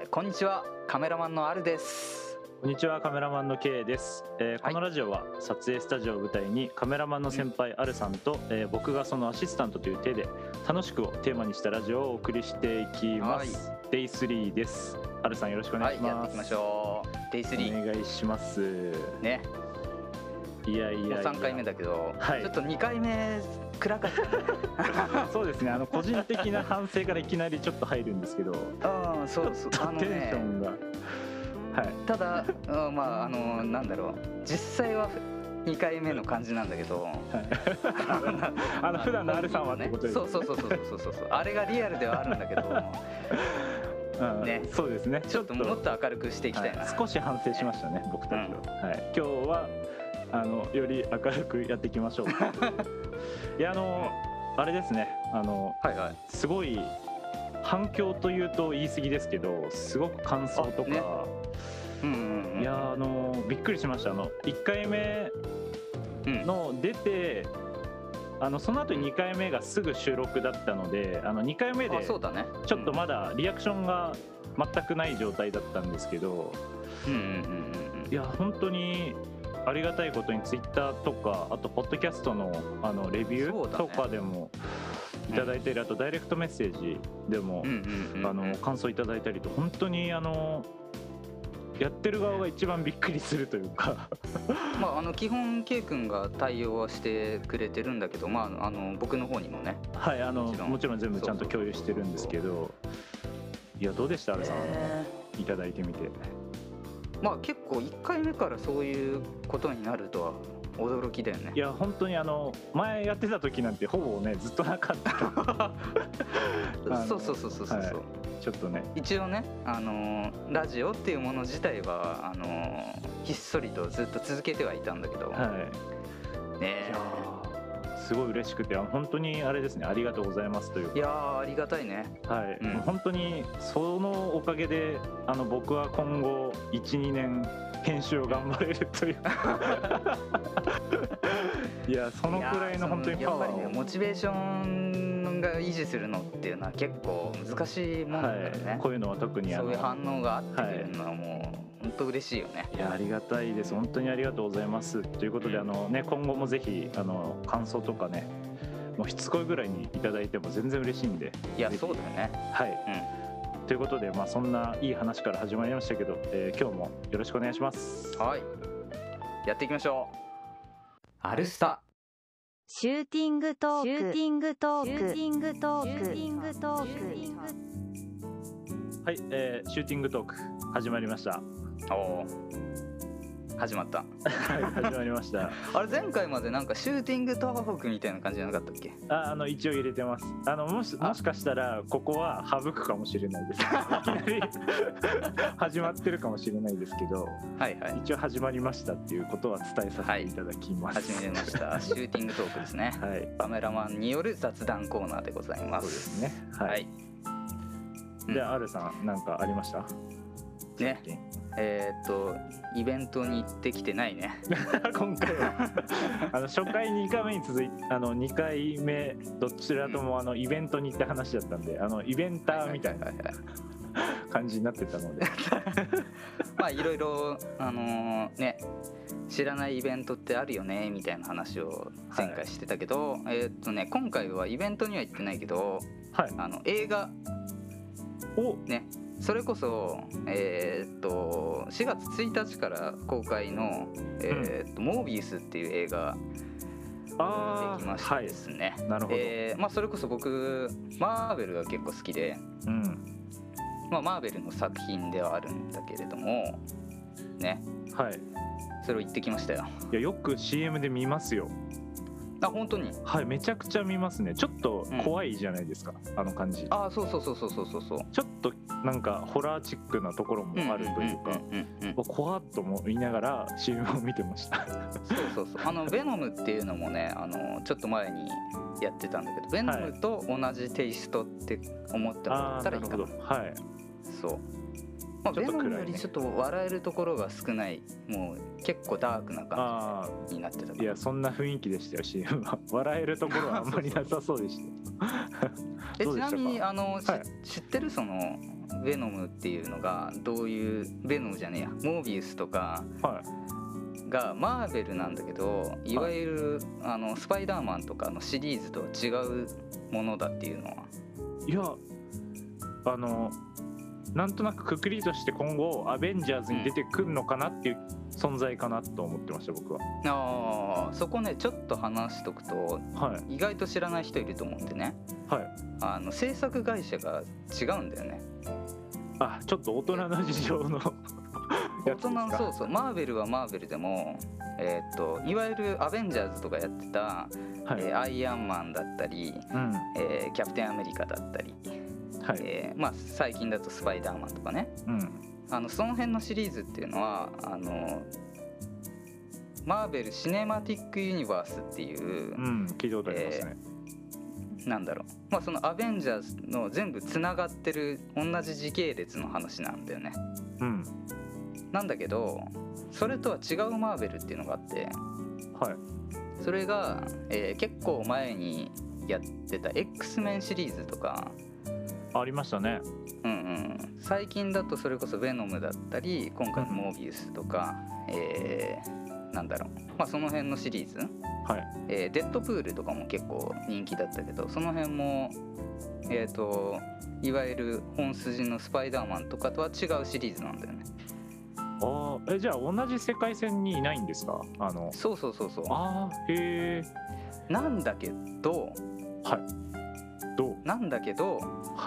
こんにちは、カメラマンのあるです。 こんにちは、カメラマンの K です。このラジオは撮影スタジオを舞台にカメラマンの先輩あるさんと、僕がそのアシスタントという手で楽しくをテーマにしたラジオをお送りしていきます。Day3 です。あるさんよろしくお願いします。 やっていきましょう。Day3 お願いしますね。 いやもう3回目だけど、 はい、 ちょっと2回目暗かったそうですね、個人的な反省からいきなりちょっと入るんですけど、 そうテンションが、はい、 ただ、なんだろう、実際は2回目の感じなんだけど、 普段のあるさんはってことですね。 そうあれがリアルではあるんだけどね、そうですね、 ちょっともっと明るくしていきたいな、 少し反省しましたね、僕たちは、今日はより明るくやっていきましょういやあれですね、すごい反響というと言い過ぎですけど、すごく感想とか、いやびっくりしました。1回目の出て、その後2回目がすぐ収録だったので、2回目でちょっとまだリアクションが全くない状態だったんですけど、いや本当にありがたいことにツイッターとか、あとポッドキャストのレビューとかでもいただいたり、あとダイレクトメッセージでも感想いただいたりと、本当にやってる側が一番びっくりするというか基本 K 君が対応はしてくれてるんだけど、僕の方にもね、 もちろん全部ちゃんと共有してるんですけど、いやどうでした、あれさん、いただいてみて。 結構1回目からそういうことになるとは驚きだよね。 いや本当に前やってた時なんてほぼねずっとなかったそうちょっとね、 一応ね、ラジオっていうもの自体はひっそりとずっと続けてはいたんだけど、ね、 すごい嬉しくて、本当にあれですね、ありがとうございますというか、 いやありがたいね。 本当にそのおかげで僕は今後 1,2 年編集を頑張れるといういやそのくらいの本当にパワーを、 やっぱりね、モチベーションが維持するのっていうのは結構難しいもんだからね、 こういうのは特にそういう反応があってくれるのはもう本当嬉しいよね。 いやありがたいです、本当にありがとうございますということで、今後もぜひ感想とかね、もうしつこいぐらいにいただいても全然嬉しいんで。 いやそうだよね。 ということで、そんないい話から始まりましたけど、今日もよろしくお願いします。 やっていきましょう。アルスタシューティングトーク、シューティングトーク、シューティングトーク、シューティングトーク。 はい、シューティングトーク始まりました。 始まった始まりましたあれ前回までなんかシューティングトークみたいな感じじゃなかったっけ？ 一応入れてます。もしかしたらここは省くかもしれないですいきなり始まってるかもしれないですけど、一応始まりましたっていうことは伝えさせていただきます。 始めましたシューティングトークですね。カメラマンによる雑談コーナーでございます。 そうですね。じゃあ、あるさん何かありましたね？イベントに行ってきてないね今回は初回2回目に続いて2回目どちらともイベントに行った話だったんで、イベンターみたいな感じになってたのでいろいろね、知らないイベントってあるよねみたいな話を前回してたけど、今回はイベントには行ってないけど、映画をね、それこそ、4月1日から公開の、モービウスっていう映画できましてですね、それこそ僕マーベルが結構好きで、マーベルの作品ではあるんだけれどもね、それを行ってきましたよ。 いやよく CM で見ますよ。 本当に？ めちゃくちゃ見ますね。ちょっと怖いじゃないですか、感じ。 そうちょっとなんかホラーチックなところもあるというか、怖っとも言いながら CM を見てましたベノムっていうのもね、ちょっと前にやってたんだけど、ベノムと同じテイストって思ってもらったらいいかな。ベノムよりちょっと笑えるところが少ない、もう結構ダークな感じになってた。 いやそんな雰囲気でしたよ CM は。笑えるところはあんまりなさそうでしたちなみに知ってるそのベノムっていうのがどういうベノムじゃねえやモービウスとかがマーベルなんだけど、いわゆるスパイダーマンとかのシリーズとは違うものだっていうのは。 いやなんとなくくくりとして今後アベンジャーズに出てくるのかなっていう存在かなと思ってました僕は。 そこねちょっと話しとくと、意外と知らない人いると思うんでね、制作会社が違うんだよね。 ちょっと大人の事情の大人のそうマーベルはマーベルでもいわゆるアベンジャーズとかやってた、アイアンマンだったり、キャプテンアメリカだったり、最近だとスパイダーマンとかね、その辺のシリーズっていうのはマーベルシネマティックユニバースっていう、 聞いたことありますね。 なんだろう、そのアベンジャーズの全部つながってる同じ時系列の話なんだよね。なんだけどそれとは違うマーベルっていうのがあって、それが、結構前にやってた X メンシリーズとかありましたね。 最近だとそれこそヴェノムだったり今回のモービウスとか、なんだろう、その辺のシリーズ、デッドプールとかも結構人気だったけど、その辺もいわゆる本筋のスパイダーマンとかとは違うシリーズなんだよね。 じゃあ同じ世界線にいないんですか？ そう。 へえ。 なんだけど、なんだけど、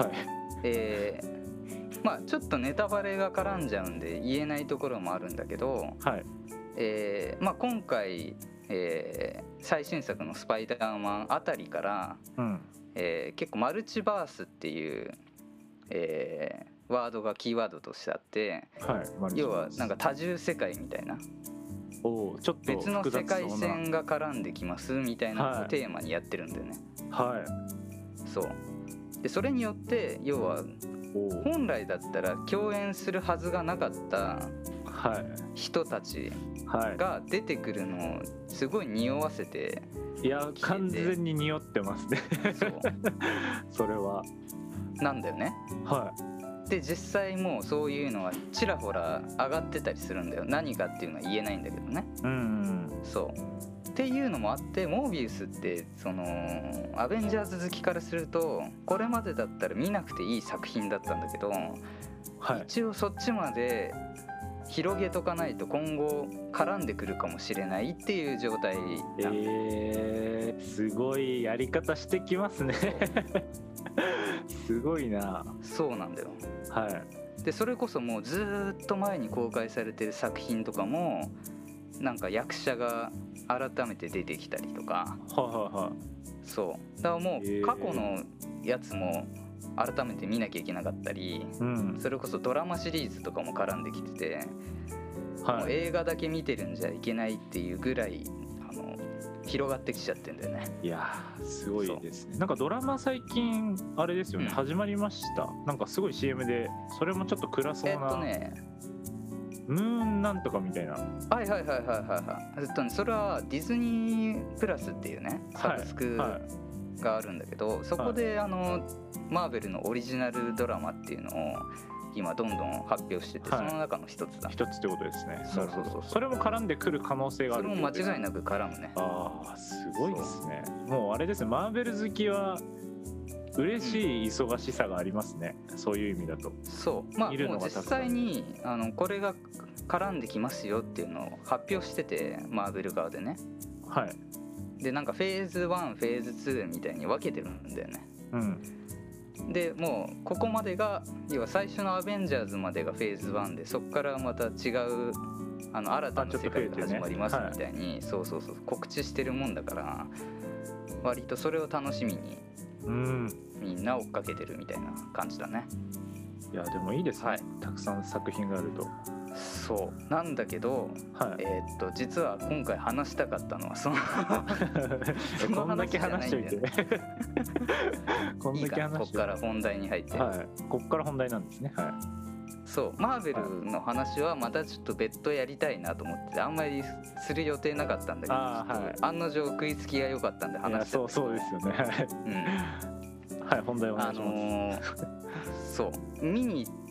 ちょっとネタバレが絡んじゃうんで言えないところもあるんだけど、今回、最新作のスパイダーマンあたりから、結構マルチバースっていう、ワードがキーワードとしてあって、要はなんか多重世界みたいな、 ちょっと別の世界線が絡んできますみたいなテーマにやってるんだよね。そうでそれによって要は本来だったら共演するはずがなかった人たちが出てくるのをすごい匂わせて、 いや完全に匂ってますね。それはなんだよね。で実際もうそういうのはちらほら上がってたりするんだよ。何かっていうのは言えないんだけどね。そうっていうのもあって、モービウスってそのアベンジャーズ好きからするとこれまでだったら見なくていい作品だったんだけど、一応そっちまで広げとかないと今後絡んでくるかもしれないっていう状態なんで、 すごいやり方してきますね。すごいな。 そうなんだよ。でそれこそもうずっと前に公開されてる作品とかもなんか役者が改めて出てきたりとか、そうだからもう過去のやつも改めて見なきゃいけなかったり、それこそドラマシリーズとかも絡んできてて、もう映画だけ見てるんじゃいけないっていうぐらい広がってきちゃってんだよね。 いやすごいですね。なんかドラマ最近あれですよね、始まりました。なんかすごい CM でそれもちょっと暗そうな、ムーンなんとかみたいな。 それはディズニープラスっていうねサブスクがあるんだけど、そこでマーベルのオリジナルドラマっていうのを今どんどん発表してて、その中の一つだ。 一つってことですね。 そうそれも絡んでくる可能性がある。 それも間違いなく絡むね。 すごいですね。もうあれですね、マーベル好きは嬉しい忙しさがありますね、そういう意味だと。そうもう実際にこれが絡んできますよっていうのを発表してて、マーベル側でね。でなんかフェーズ1フェーズ2みたいに分けてるんだよね。でもうここまでが要は最初のアベンジャーズまでがフェーズ1で、そこからまた違う新たな世界が始まりますみたいに、そう告知してるもんだから、割とそれを楽しみにみんな追っかけてるみたいな感じだね。 いやでもいいですね、たくさん作品があると。 そうなんだけど、実は今回話したかったのはそのこんだけ話しといてこんだけ話こっから本題に入って、 こっから本題なんですね。 そうマーベルの話はまたちょっと別途やりたいなと思ってあんまりする予定なかったんだけど、案の定食いつきが良かったんで話して。 そうですよね。本題お願いします。 そう見に行っ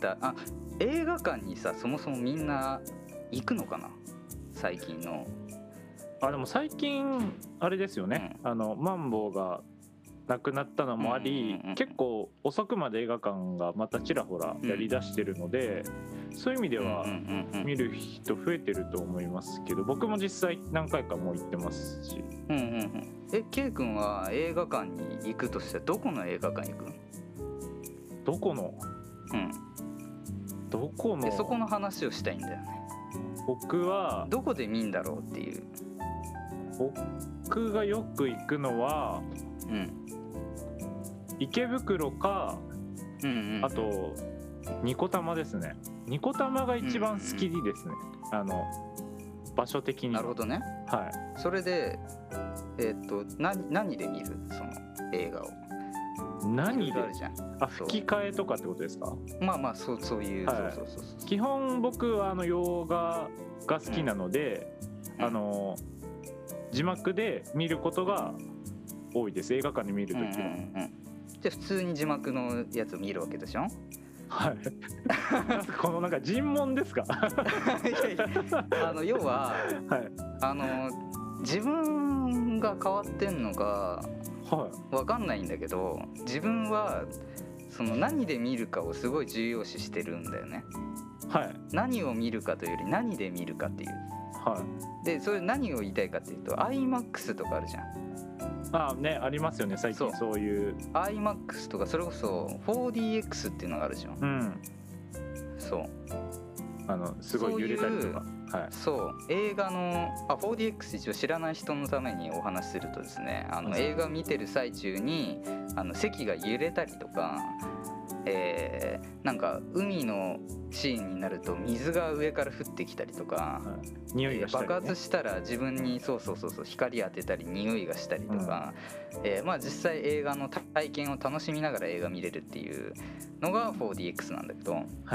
って映画館にさそもそもみんな行くのかな最近の。 でも最近あれですよね、マンボウがなくなったのもあり、結構遅くまで映画館がまたちらほらやりだしてるので、そういう意味では見る人増えてると思いますけど、僕も実際何回かもう行ってますし。 K 君は映画館に行くとしたらどこの映画館行くの？ どこの？どこの？ そこの話をしたいんだよね。 僕はどこで見んだろうっていう。 僕がよく行くのは、池袋か、あとニコタマですね。ニコタマが一番好きですね、場所的には。 なるほどね。 はい。 それで何で見るその映画を？ 何で？ あるじゃん。 吹き替えとかってことですか？ まあそういう、 はい、そう基本僕は洋画が好きなので、字幕で見ることが多いです。映画館で見るときは。 じゃあ普通に字幕のやつを見るわけでしょ？ はい。このなんか尋問ですか？ 要は、はい、自分が変わってんのか分かんないんだけど、自分はその何で見るかをすごい重要視してるんだよね。 はい。 何を見るかというより何で見るかっていう。 はい。でそれ何を言いたいかっていうと IMAX とかあるじゃん。 ありますよね最近そういう IMAX とか、それこそ 4DX っていうのがあるじゃん。そうすごい揺れたりとか。 そう映画の4DX 一応知らない人のためにお話しするとですね、映画見てる最中に席が揺れたりとか、なんか海のシーンになると水が上から降ってきたりとか、 匂いがしたりね、 爆発したら自分にそう光当てたり匂いがしたりとか、まあ実際映画の体験を楽しみながら映画見れるっていうのが 4DX なんだけど、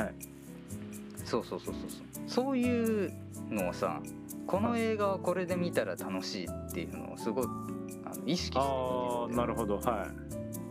そういうのをさ、この映画はこれで見たら楽しいっていうのをすごい意識して見てる。 なるほど。はい。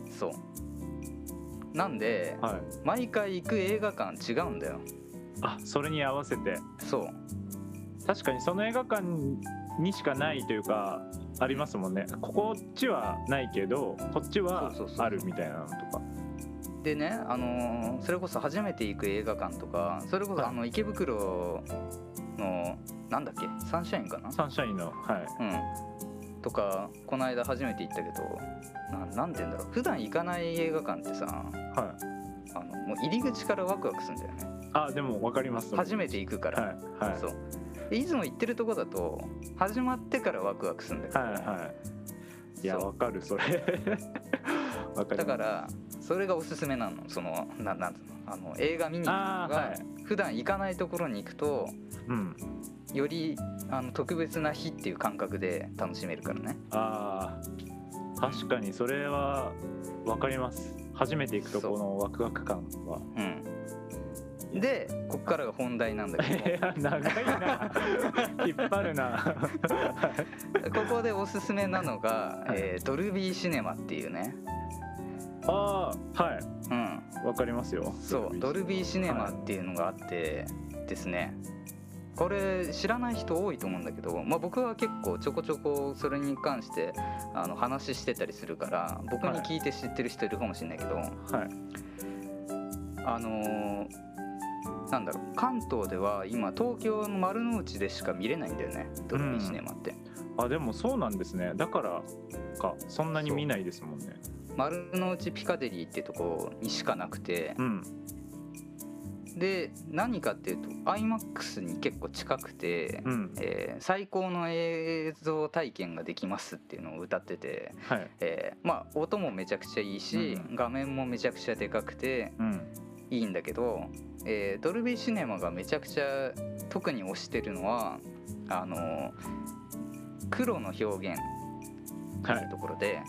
そうなんで、毎回行く映画館違うんだよ。 それに合わせて。 そう確かにその映画館にしかないというかありますもんね。こっちはないけどこっちはあるみたいなのとかでね、それこそ初めて行く映画館とか、それこそ池袋のなんだっけ、サンシャインかな、 サンシャインのとかこの間初めて行ったけど、なんて言うんだろう、普段行かない映画館ってさ、もう入り口からワクワクするんだよね。 でも分かります。 初めて行くから。そういつも行ってるとこだと始まってからワクワクするんだけど、 いや分かるそれだからそれがおすすめなの。その映画見に行くのが、普段行かないところに行くと、より特別な日っていう感覚で楽しめるからね。 確かにそれは分かります。初めて行くとこのワクワク感は。でここからが本題なんだけどいや長いな引っ張るなここでおすすめなのが、ドルビーシネマっていうね。 わかりますよ。 そうドルビーシネマっていうのがあってですね、これ知らない人多いと思うんだけど、僕は結構ちょこちょこそれに関して話してたりするから、僕に聞いて知ってる人いるかもしれないけど、なんだろう、関東では今東京の丸の内でしか見れないんだよね、ドルビーシネマって。 でもそうなんですね。だからかそんなに見ないですもんね。 丸の内ピカデリーってとこにしかなくて、で何かっていうと IMAX に結構近くて、最高の映像体験ができますっていうのを歌ってて、音もめちゃくちゃいいし、画面もめちゃくちゃでかくていいんだけど、ドルビーシネマがめちゃくちゃ特に推してるのは黒の表現っていうところで、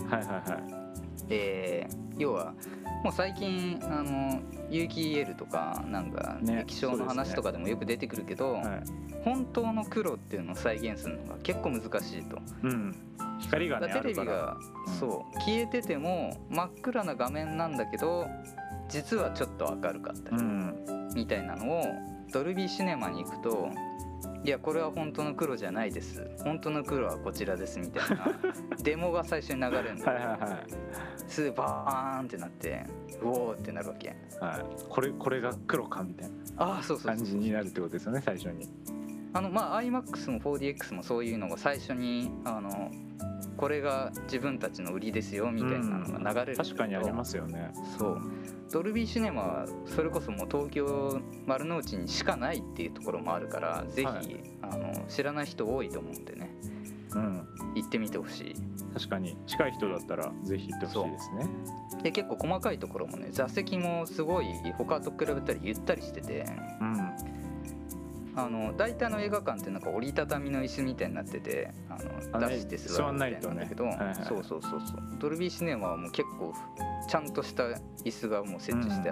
要はもう最近有機 EL とかなんか液晶の話とかでもよく出てくるけど、本当の黒っていうのを再現するのが結構難しいと。 光がね、 テレビが消えてても真っ暗な画面なんだけど実はちょっと明るかったり、 みたいなのをドルビーシネマに行くと、いやこれは本当の黒じゃないです、本当の黒はこちらですみたいなデモが最初に流れるんだよ。スーパーンってなってうおーってなるわけ、 はい、これが黒かみたいな感じになるってことですよね最初に。 iMAX も 4DX もそういうのが最初にこれが自分たちの売りですよみたいなのが流れる、 確かにありますよね。 そうドルビーシネマはそれこそもう東京丸の内にしかないっていうところもあるから、ぜひ、知らない人多いと思うんでね、行ってみてほしい。 確かに近い人だったらぜひ行ってほしいですね。 で結構細かいところもね、座席もすごい他と比べたらゆったりしてて、大体の映画館ってなんか折りたたみの椅子みたいになってて出して座るみたいなんだけど、そうドルビーシネマはもう結構ちゃんとした椅子がもう設置してあって、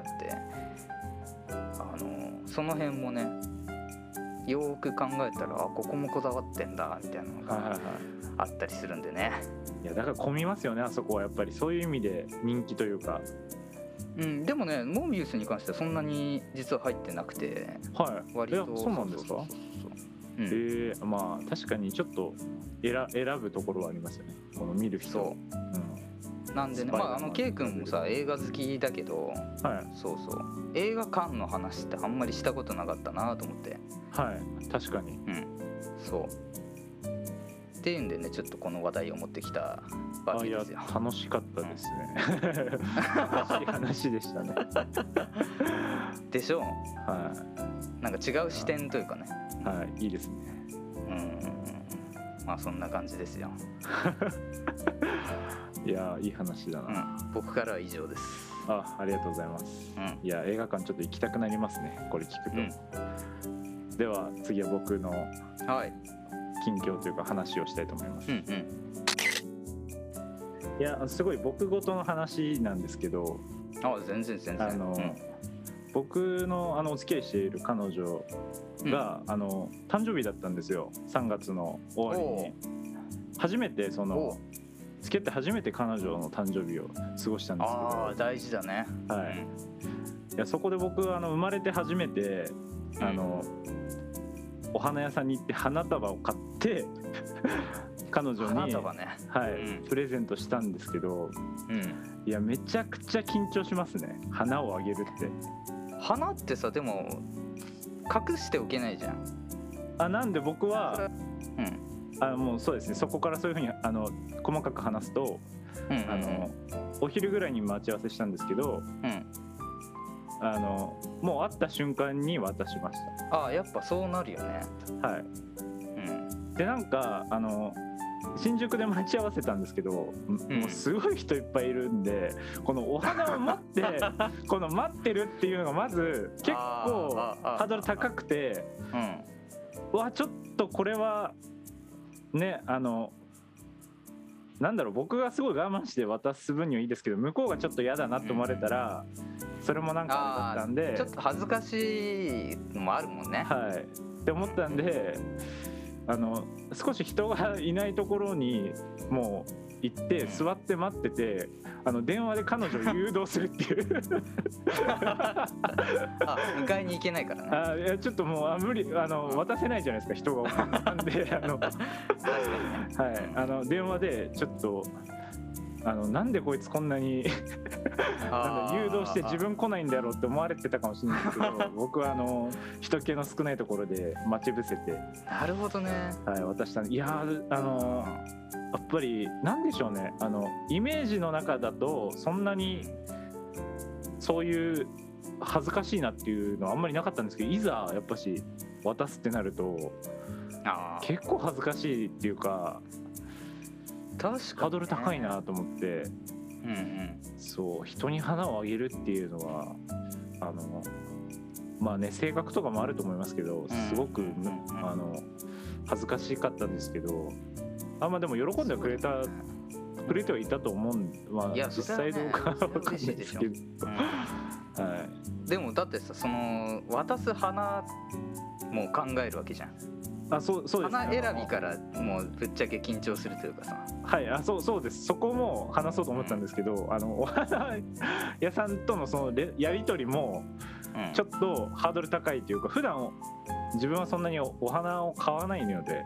その辺もねよーく考えたらここもこだわってんだみたいなのがあったりするんでね。 いやだから混みますよねあそこは。やっぱりそういう意味で人気というか。 でもねモービウスに関してはそんなに実は入ってなくて、割とそうなんですか。まあ確かにちょっと選ぶところはありますよねこの見る人。 なんでね、K 君もさ映画好きだけど、映画館の話ってあんまりしたことなかったなと思って。 確かに。 そうっていうんでね、ちょっとこの話題を持ってきたわけですよ。 楽しかったですね。楽しい話でしたね。 でしょう。なんか違う視点というかね。 いいですね。 まあそんな感じですよ。 いやいい話だな。 僕からは以上です。 ありがとうございます。いや映画館ちょっと行きたくなりますねこれ聞くと。では次は僕の近況というか話をしたいと思います。いやすごい僕ごとの話なんですけど。 全然僕のお付き合いしている彼女が、誕生日だったんですよ。3月の終わりに初めて付き合って初めて彼女の誕生日を過ごしたんですけど。 大事だね。 いやそこで僕生まれて初めてお花屋さんに行って花束を買って彼女に、プレゼントしたんですけど、いやめちゃくちゃ緊張しますね花をあげるって。 花ってさでも隠しておけないじゃん。 なんで僕はもうそうですね、そこからそういうふうに細かく話すと、お昼ぐらいに待ち合わせしたんですけど、もう会った瞬間に渡しました。 やっぱそうなるよね。 でなんか新宿で待ち合わせたーけど、もうすごい人いっぱいいるんで、このお花を待ってこの待ってるっていうのがまず結構ハードル高くて、ちょっとこれはねなんだろう、僕がすごい我慢して渡す分にはいいですけど、向こうがちょっと嫌だなと思われたら、それもなんかあったんで、 ちょっと恥ずかしいのもあるもんね。 って思ったんで、少し人がいないところにもう行って座って待ってて、電話で彼女を誘導するっていう迎えに行けないからね。 いやちょっともう無理、渡せないじゃないですか人が多かったんで電話でちょっとなんでこいつこんなに誘導して自分来ないんだろうって思われてたかもしれないですけど僕は人気の少ないところで待ち伏せて。 なるほどね。 渡したんで、いややっぱりなんでしょうね、イメージの中だとそんなにそういう恥ずかしいなっていうのはあんまりなかったんですけど、いざやっぱし渡すってなると結構恥ずかしいっていうか、 確かにね、 ハードル高いなと思って、そう人に花をあげるっていうのはまあね性格とかもあると思いますけど、すごく恥ずかしかったんですけど、でも喜んでくれてはいたと思うんで、実際どうかは分かんないですけど、 でもだってさ、渡す花も考えるわけじゃん。 そうですね、 花選びからもうぶっちゃけ緊張するというかさ。 そうです。そこも話そうと思ったんですけど、お花屋さんとのそのやり取りもちょっとハードル高いというか、普段自分はそんなにお花を買わないので、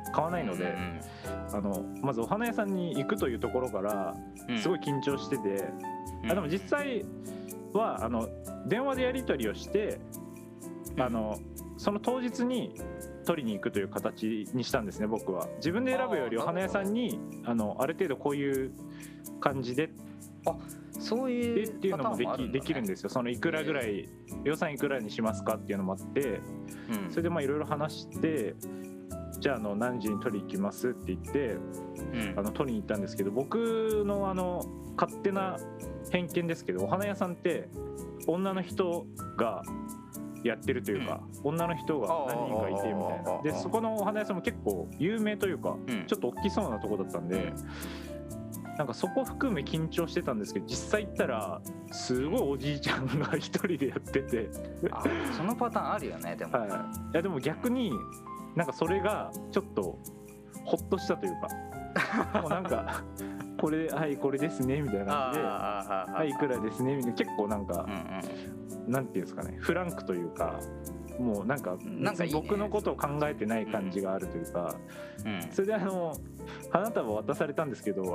まずお花屋さんに行くというところからすごい緊張してて、でも実際は電話でやり取りをして、その当日に取りに行くという形にしたんですね。僕は自分で選ぶよりお花屋さんにある程度こういう感じで、 そういうっていうのもできるんですよ。そのいくらぐらい予算いくらにしますかっていうのもあって、それでいろいろ話して、じゃあ何時に取り行きますって言って、取りに行ったんですけど、僕の勝手な偏見ですけど、お花屋さんって女の人がやってるというか、女の人が何人かいてみたいな。でそこのお花屋さんも結構有名というか、ちょっと大きそうなとこだったんで、なんかそこ含め緊張してたんですけど、実際行ったらすごいおじいちゃんが一人でやっててそのパターンあるよね。でも、いやでも逆になんかそれがちょっとホッとしたというかもうなんかこれはいこれですねみたいな感じで、はいいくらですねみたいな、結構なんか、なんていうんですかね、フランクというか、もうなんか僕のことを考えてない感じがあるというか、それで花束渡されたんですけど、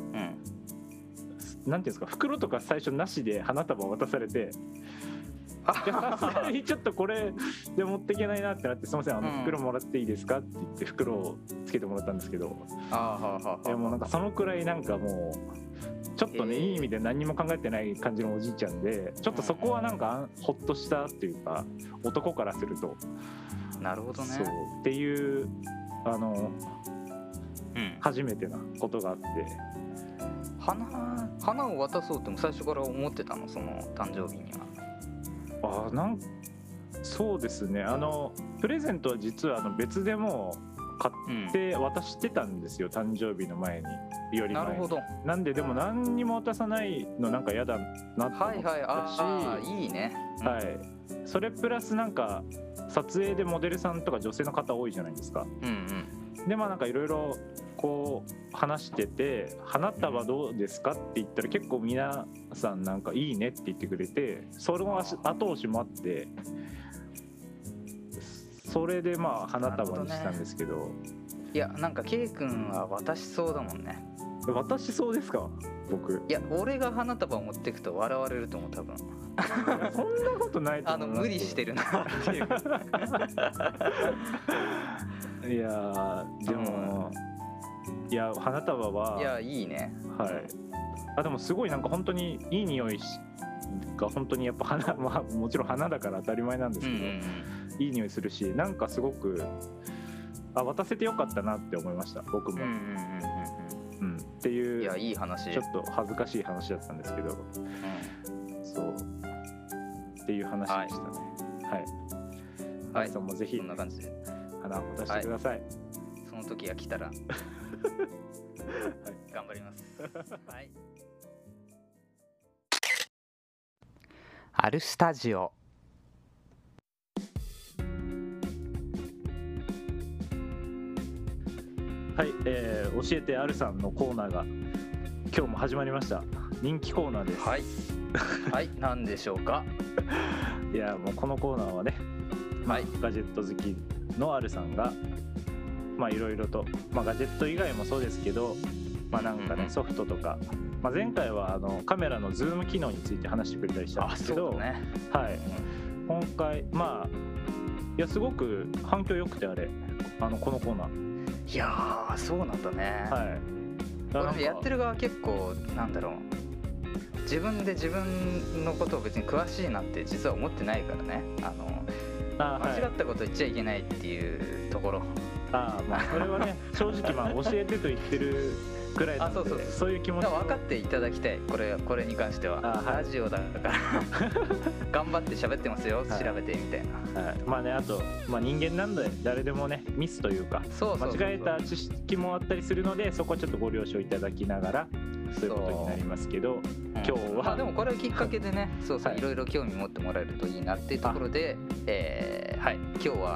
なんていうんですか、袋とか最初なしで花束渡されて、さすがにちょっとこれで持っていけないなってなって、すみません袋もらっていいですかって言って袋をつけてもらったんですけど、でもなんかそのくらいなんかもうちょっとね、いい意味で何にも考えてない感じのおじいちゃんで、ちょっとそこはなんかホッとしたっていうか、男からすると。 なるほどね。 そうっていう初めてなことがあって、 花を渡そうっても最初から思ってたの、その誕生日には。 そうですね、プレゼントは実は別でも買って渡してたんですよ、誕生日の前により前に。なるほど。なんででも何にも渡さないのなんか嫌だなと思ったし、 いいね、 それプラスなんか撮影でモデルさんとか女性の方多いじゃないですか。でなんかいろいろこう話してて、花束どうですかって言ったら結構皆さんなんかいいねって言ってくれて、その後押しもあって、それで花束にしたんですけど、 いやなんか K 君は渡しそうだもんね。 渡しそうですか？僕いや俺が花束を持ってくと笑われると思う、多分。 そんなことないと思います。 無理してるなっていういやでも、いや花束は、 いやいいね。 でもすごいなんか本当にいい匂いが本当にやっぱ花、もちろん花だから当たり前なんですけど、いい匂いするし、なんかすごく渡せてよかったなって思いました、僕も。っていう、 いやいい話。 ちょっと恥ずかしい話だったんですけど、そうっていう話でしたね。はい。さんもぜひそんな感じで花を渡してください。 その時が来たら頑張ります。はい。アルスタジオ。 はい、教えてあるさんのコーナーが今日も始まりました。人気コーナーです。 はい、何でしょうか。 いやもうこのコーナーはね、ガジェット好きのあるさんがいろいろと、ガジェット以外もそうですけど、なんかね、ソフトとか、前回はカメラのズーム機能について話してくれたりしたんですけど、今回いやすごく反響良くて、あれこのコーナー。 いやーそうなんだね。これやってる側結構なんだろう、自分で自分のことを別に詳しいなんて実は思ってないからね。間違ったこと言っちゃいけないっていうところ。 それはね正直教えてと言ってるくらいなので、そういう気持ち分かっていただきたい。これに関してはラジオだから頑張って喋ってますよ、調べてみたいな。 あと、人間なんで誰でもねミスというか間違えた知識もあったりするので、そこはちょっとご了承いただきながらそういうことになりますけど、今日はでもこれをきっかけでねいろいろ興味持ってもらえるといいなっていうところで、今日は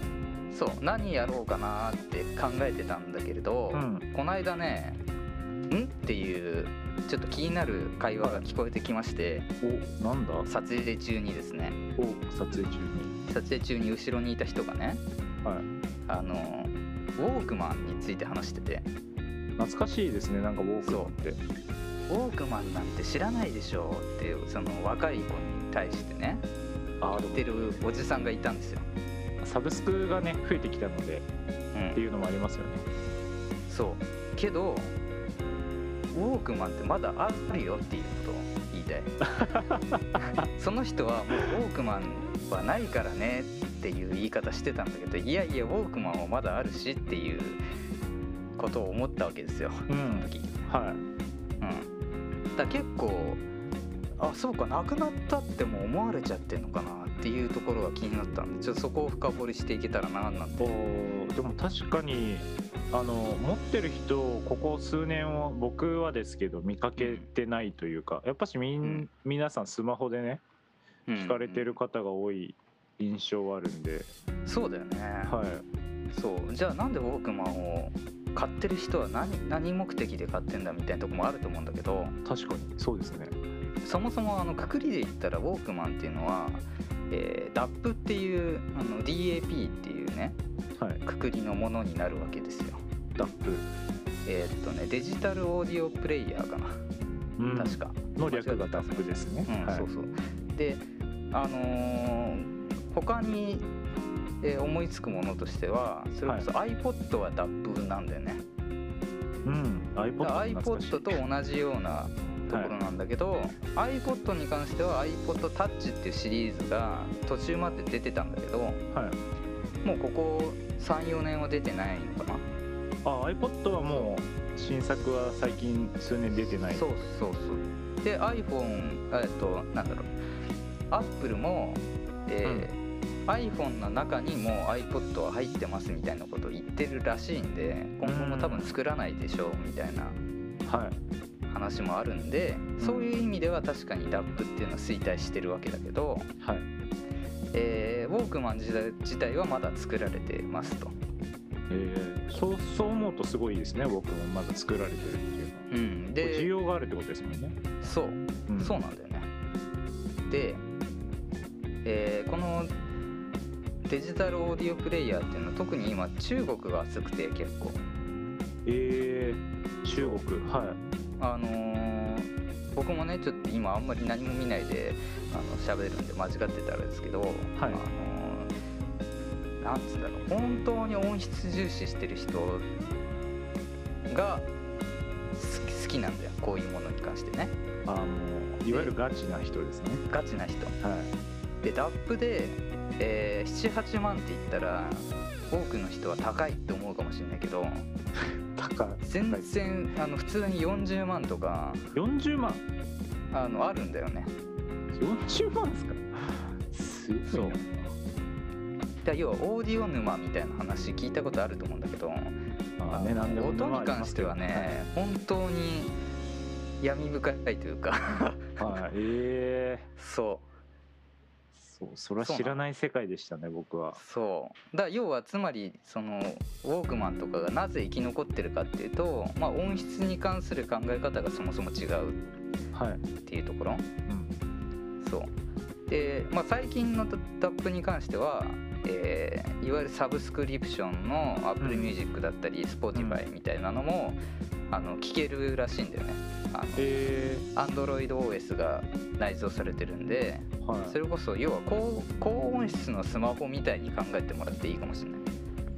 何やろうかなって考えてたんだけれど、この間ねんっていうちょっと気になる会話が聞こえてきまして、 お、なんだ？ 撮影中にですね、 撮影中に後ろにいた人がね、 はい、 ウォークマンについて話してて、 懐かしいですね、なんかウォークマンって。 ウォークマンなんて知らないでしょっていうその若い子に対してね言ってるおじさんがいたんですよ。 サブスクがね増えてきたので、っていうのもありますよね。 そうけどウォークマンってまだあるよっていうことを言いたいその人はもうウォークマンはないからねっていう言い方してたんだけど、いやいやウォークマンはまだあるしっていうことを思ったわけですよ、その時。 はい、 だから結構そうか、なくなったっても思われちゃってんのかなっていうところが気になったんで、ちょっとそこを深掘りしていけたらななんて。 でも確かに持ってる人ここ数年を僕はですけど見かけてないというか、やっぱし皆さんスマホでね聞かれてる方が多い印象はあるんで。 そうだよね。はい。そうじゃあなんでウォークマンを買ってる人は何目的で買ってんだみたいなとこもあると思うんだけど。 確かにそうですね。 そもそもくくりで言ったらウォークマンっていうのは、DAP っていうDAP っていうね、はい、くくりのものになるわけですよ。 DAP、 デジタルオーディオプレイヤーかな、確かの略が DAP ですね。はい、 そうそう。で他に、思いつくものとしてはそれこそ iPod は DAP なんだよね。iPod と同じようなところなんだけど、iPod に関しては iPod Touch っていうシリーズが途中まで出てたんだけど、もうここ 3,4 年は出てないのかな。 iPod はもう新作は最近数年出てない。 そうで iPhone なんだろう、Apple も、iPhone の中にも iPod は入ってますみたいなことを言ってるらしいんで、今後も多分作らないでしょうみたいな話もあるんで、そういう意味では確かに DAP っていうのは衰退してるわけだけど、ウォークマン自体はまだ作られてますと。 そう思うとすごいですね。僕もまだ作られてるっていうのは、で需要があるってことですもんね。 そうなんだよね。で、このデジタルオーディオプレイヤーっていうのは特に今中国が熱くて結構。 中国、はい。 僕もねちょっと今あんまり何も見ないで喋るんで間違ってたらですけど、なんつうんだろう、本当に音質重視してる人が好きなんだよ、こういうものに関してね。 もういわゆるガチな人ですね。 ガチな人。で DAP で、7,8 万って言ったら多くの人は高いって思うかもしれないけど全然普通に40万とか。 40万あるんだよね。 40万ですか。すごいな。 要はオーディオ沼みたいな話聞いたことあると思うんだけど、音に関してはね、本当に闇深いというかそれは知らない世界でしたね、僕は。 要はつまりそのウォークマンとかがなぜ生き残ってるかっていうと、音質に関する考え方がそもそも違うっていうところ。で、最近の DAP に関してはいわゆるサブスクリプションの Apple Music だったり Spotify みたいなのも聴けるらしいんだよね。Android OS が内蔵されてるんで、それこそ要は高音質のスマホみたいに考えてもらっていいかもしれない。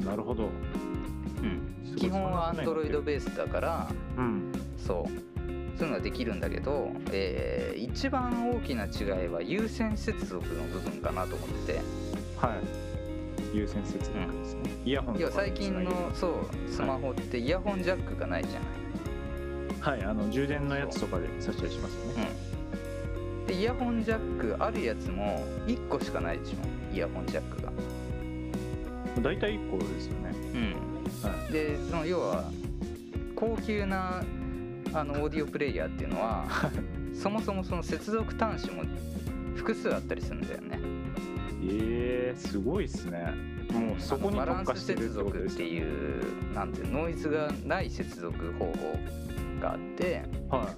なるほど。 基本は Android ベースだから、そういうのができるんだけど、一番大きな違いは有線接続の部分かなと思ってて。 有線接続ですね。イヤホンとか最近のスマホってイヤホンジャックがないじゃない。 充電のやつとかで挿したりしますよね。 でイヤホンジャックあるやつも1個しかないでしょ、イヤホンジャックが。 大体1個ですよね。 でその要は高級なオーディオプレイヤーっていうのはそもそもその接続端子も複数あったりするんだよね。 すごいっすね。もうそこに特化してるってことですよね。 バランス接続っていうなんてノイズがない接続方法があって、 はい、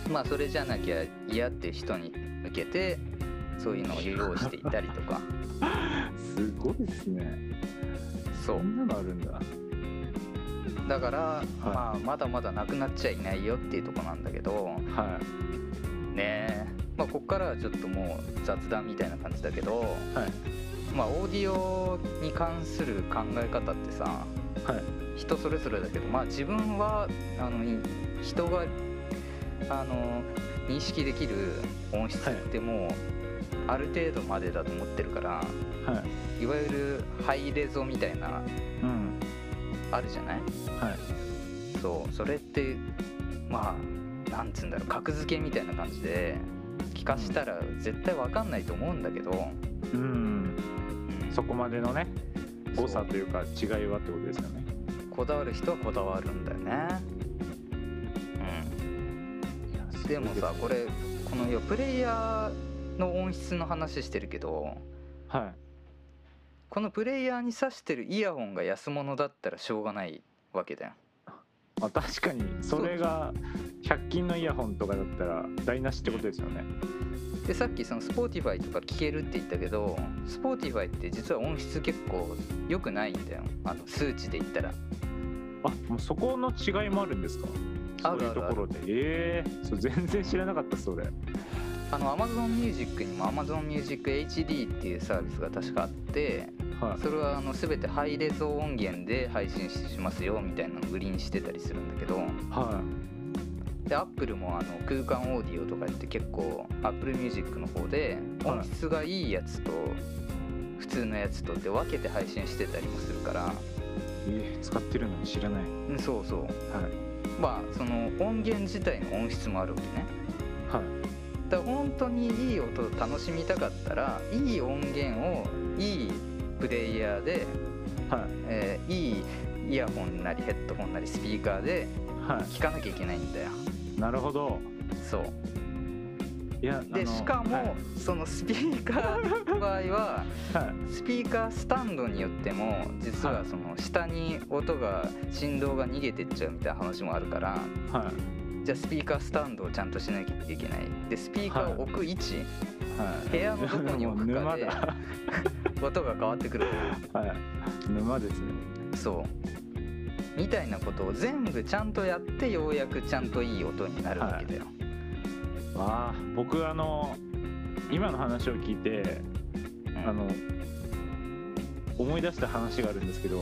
まあそれじゃなきゃ嫌っていう人に向けてそういうのを用意していたりとかすごいですね。 そう、 そんなのあるんだ。 だから、まあ、まだまだなくなっちゃいないよっていうとこなんだけど、 はい、 ねえ、まあ、こっからはちょっともう雑談みたいな感じだけど、 はい、 まあオーディオに関する考え方ってさ、 はい、 人それぞれだけど、まあ自分は人が認識できる音質ってもうある程度までだと思ってるから、はい、いわゆるハイレゾみたいな、うん、あるじゃない、はい、そう、それってまあなんつうんだろう、格付けみたいな感じで聞かしたら絶対分かんないと思うんだけど、 うん、そこまでのね誤差というか違いはってことですよね。 こだわる人はこだわるんだよね。うん。でもさ、このプレイヤーの音質の話してるけど、はい、このプレイヤーに挿してるイヤホンが安物だったらしょうがないわけだよ。 まあ、確かにそれが100均のイヤホンとかだったら台無しってことですよね。 でさっきその Spotify とか聴けるって言ったけど、 Spotify って実は音質結構良くないんだよ、数値で言ったら。 あ、もうそこの違いもあるんですか？そういうところで。そう全然知らなかった。それ Amazon Music にも Amazon Music HD っていうサービスが確かあって、はい、それは全てハイレゾ音源で配信しますよみたいなのを売りにしてたりするんだけど、はい、で Apple も空間オーディオとかって結構 Apple Music の方で音質がいいやつと普通のやつとって分けて配信してたりもするから、 使ってるのに知らない。 そうそう、はい、まあその音源自体の音質もあるわけね。はい、だから本当にいい音を楽しみたかったらいい音源をいいプレイヤーで、はい、いいイヤホンなりヘッドホンなりスピーカーで聞かなきゃいけないんだよ。 なるほど。 そうでしかも、はい、そのスピーカーの場合は、はい、スピーカースタンドによっても実はその下に音が振動が逃げてっちゃうみたいな話もあるから、はい、じゃあスピーカースタンドをちゃんとしなきゃいけない。でスピーカーを置く位置、はい、部屋のどこに置くかで音が変わってくる。 はい、沼ですね。 そうみたいなことを全部ちゃんとやってようやくちゃんといい音になるわけだよ。 はい、僕今の話を聞いて、思い出した話があるんですけど、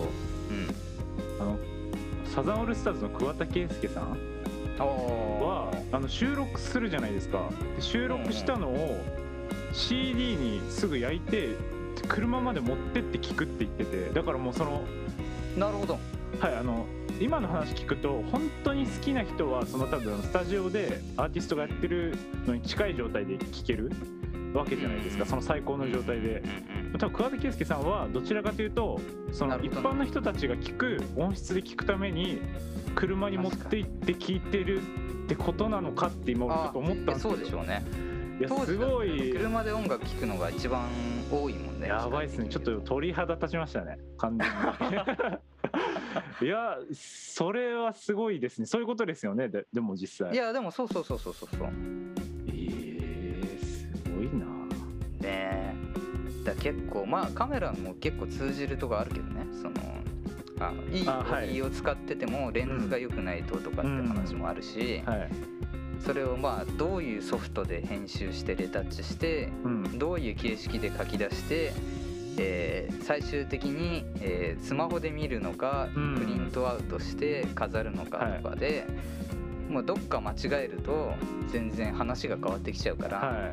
サザンオールスターズの桑田佳祐さんは収録するじゃないですか。で収録したのを CD にすぐ焼いて車まで持ってって聞くって言ってて、だからもうなるほど、 はい、今の話聞くと本当に好きな人は多分スタジオでアーティストがやってるのに近い状態で聴けるわけじゃないですか。その最高の状態で。多分桑田佳祐さんはどちらかというとその一般の人たちが聴く音質で聴くために車に持って行って聴いてるってことなのかって今ちょっと思ったんですけど。 そうでしょうね。 いやすごい車で音楽聴くのが一番多いもんね。 やばいですね。ちょっと鳥肌立ちましたね、完全に。いやそれはすごいですね。そういうことですよね。でも実際。 いやでもそう。すごいな。 ねえ。だ結構まあカメラも結構通じるとこあるけどね。いいボディを使っててもレンズが良くないとかって話もあるし、はい、それをまあどういうソフトで編集してレタッチして、どういう形式で書き出して。最終的に、スマホで見るのか、プリントアウトして飾るのかとかで、もうどっか間違えると全然話が変わってきちゃうから、はい、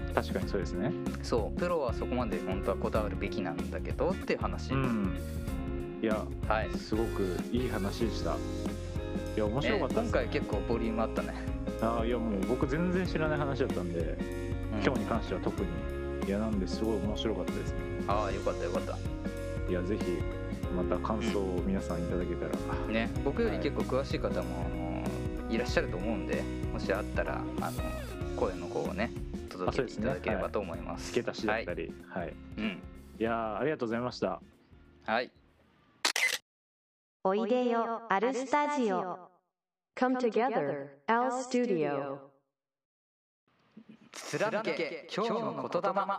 確かにそうですね。 そうプロはそこまで本当はこだわるべきなんだけどっていう話、 いや、はい、すごくいい話でした。いや面白かったですね。 今回結構ボリュームあったね。 いやもう僕全然知らない話だったんで、今日に関しては特にいやなんですごい面白かったですね。 よかった。 いやぜひまた感想を皆さんいただけたら、 ね、僕より結構詳しい方も、いらっしゃると思うんで、もしあったら声の方をね届けていただければと思います。 付け足しだったり、はい、いやありがとうございました。 はい。 おいでよアルスタジオ。 Come together, Al Studio. 貫け今日の言霊。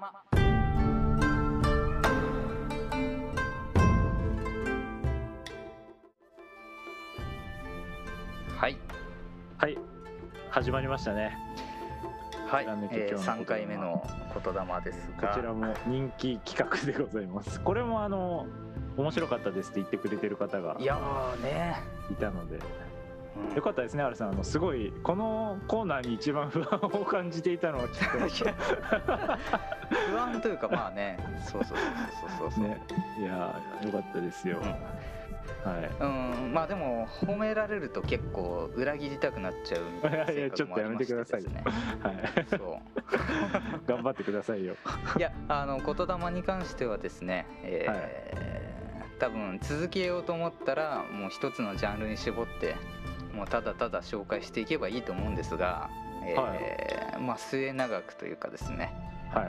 はいはい、始まりましたね。 はい、3回目の言霊ですが、 こちらも人気企画でございます。これも面白かったですって言ってくれてる方がいやーねいたので、よかったですね。アルさん、すごいこのコーナーに一番不安を感じていたのはきっと不安というか、まあね、そうね、 いやよかったですよ。 はい、まあでも褒められると結構裏切りたくなっちゃうみたいな性格もありましてですね。はい、そう頑張ってくださいよ。 いや言霊に関してはですね、多分続けようと思ったらもう一つのジャンルに絞ってもうただただ紹介していけばいいと思うんですが、まあ末永くというかですね、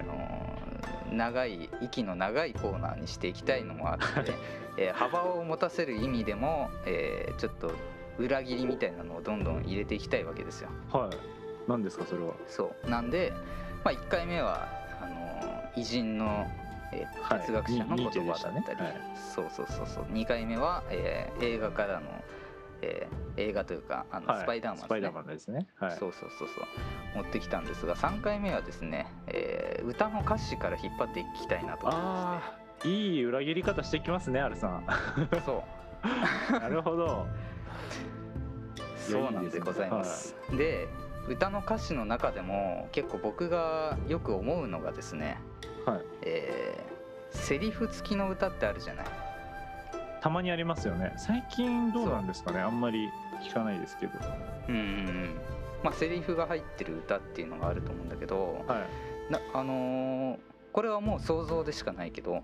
息の長いコーナーにしていきたいのもあって、幅を持たせる意味でも、ちょっと裏切りみたいなのをどんどん入れていきたいわけですよ。 はい。何ですかそれは。 そうなんで、まあ、1回目は偉人の、哲学者の言葉だったり、そう2回目は、映画からの、映画というかスパイダーマンですね。スパイダーマンですね。そう持ってきたんですが、3回目はですね、歌の歌詞から引っ張っていきたいなと思いますね。 いい裏切り方してきますね、アルさん。 そうなるほど。 そうなんでございます。で、歌の歌詞の中でも結構僕がよく思うのがですね、セリフ付きの歌ってあるじゃない。 たまにありますよね。最近どうなんですかね。あんまり聞かないですけど。 まあセリフが入ってる歌っていうのがあると思うんだけど、これはもう想像でしかないけど、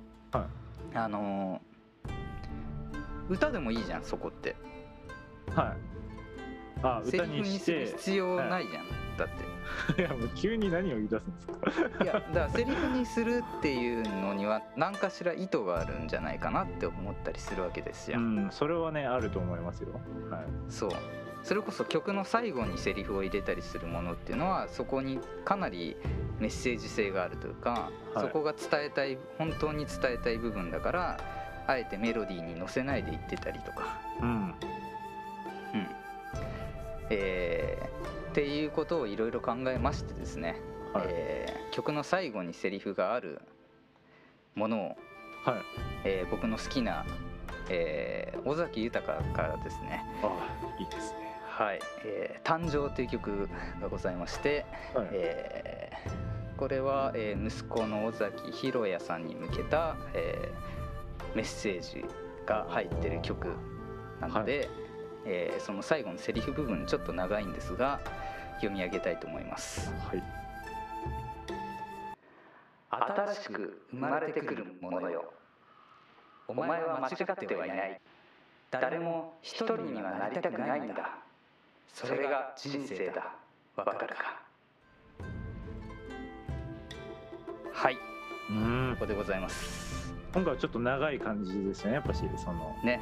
歌でもいいじゃんそこって。セリフにする必要ないじゃん、だって。 いやもう急に何を言い出すんですか。 いやだからセリフにするっていうのには何かしら意図があるんじゃないかなって思ったりするわけですよ。 それはねあると思いますよ。 そうそれこそ曲の最後にセリフを入れたりするものっていうのはそこにかなりメッセージ性があるというか、そこが伝えたい本当に伝えたい部分だからあえてメロディーに乗せないで言ってたりとか、っていうことをいろいろ考えましてですね、曲の最後にセリフがあるものを、僕の好きな、尾崎豊からですね、 いいですね。 誕生という曲がございまして、これは、息子の尾崎裕也さんに向けた、メッセージが入ってる曲なので、その最後のセリフ部分ちょっと長いんですが読み上げたいと思います。新しく生まれてくるものよ、お前は間違ってはいない。誰も一人にはなりたくないんだ。それが人生だ。わかるか。はい、ここでございます。 今回はちょっと長い感じですね、やっぱしそのね。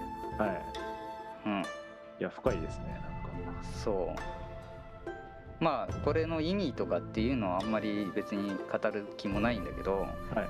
いや深いですね。なんかそうまあこれの意味とかっていうのはあんまり別に語る気もないんだけど、